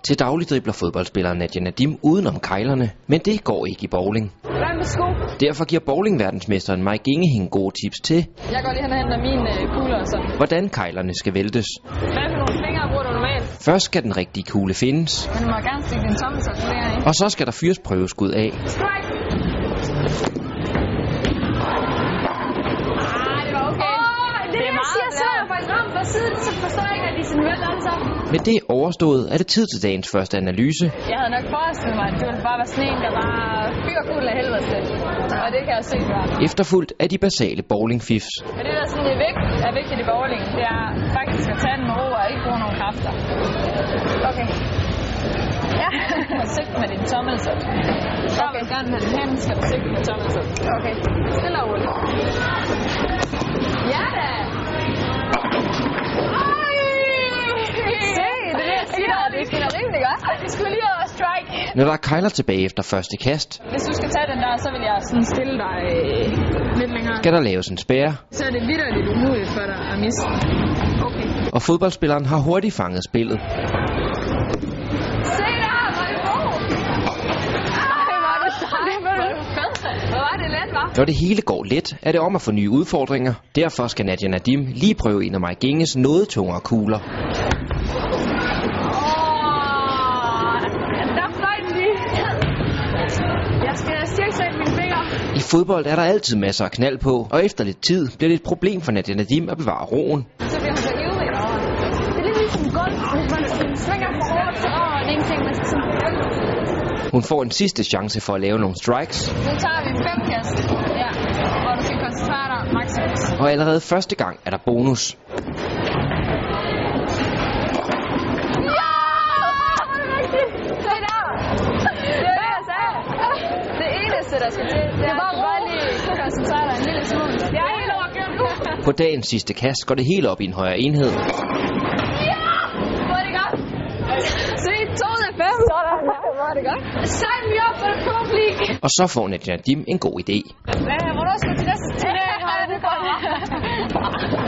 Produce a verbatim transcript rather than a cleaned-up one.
Til daglig dribler fodboldspilleren Nadia Nadim udenom kejlerne, men det går ikke i bowling. Derfor giver bowlingverdensmesteren Mai Ginge hende gode tips til, jeg går lige hen og henter mine øh, kugler og sådan. hvordan kejlerne skal væltes. Hvad for nogle fingre bruger du normalt? Først skal den rigtige kugle findes, Men du må gerne stikke din tommelstok flere i. og så skal der fyres prøveskud af. Strike! Ah, det var okay. Åh, det er det, jeg siger, så er jeg faktisk ramt på siden, så forstår jeg ikke, at de sådan vælter alle sammen. Med det overstået er det tid til dagens første analyse. Jeg havde nok forestillet mig, at det ville bare være sådan en, der bare fyrer kuglen af helvede til. Og det kan jeg se, det var. Efterfulgt af de basale bowlingfifs. Men det, der sådan er, vigtigt, er vigtigt i bowling, det er faktisk at tage den med ro og ikke bruge nogen kræfter. Okay. Ja. Og sigte med din tommelstok. Så vil du gerne have den hen, skal du sigte med tommelstok. Okay. Stille og roligt. Ja da! Det skal da rimelig godt. Det skulle lige over strike. Når der er kejler tilbage efter første kast, hvis du skal tage den der, så vil jeg sådan stille dig øh, lidt længere. Skal der laves en spærre. Så er det vitterligt umuligt for dig at miste. Okay. Og fodboldspilleren har hurtigt fanget spillet. Se der, hvor er det god. Ej, hvor er det sejt. Hvor er det fedt. Hvor var det let, hva'? Når det hele går let, er det om at få nye udfordringer. Derfor skal Nadia Nadim lige prøve en af Mai Ginges noget tungere kugler. I fodbold er der altid masser af knald på, og efter lidt tid bliver det et problem for Nadia Nadim at bevare roen. Så bliver hun så ivrig over. Det er lidt ligesom golf, hvis man svinger fra hårdt til over, og det er ingenting, man skal sådan. Hun får en sidste chance for at lave nogle strikes. Nu tager vi fem kast, ja, hvor du skal koncentrere dig maksimalt. Og allerede første gang er der bonus. Der skal til. Det er bare, bare lige koncentrere dig en lille smule. Jeg er helt overgjort nu. På dagens sidste kast går det hele op i en højere enhed. Ja! Hvor er det godt? Se, to ud af fem. Sådan. Hvor er det godt? Sign me up for the Pro League. Og så får Nadia Nadim en god idé. Hvornår skal du til næste turnering?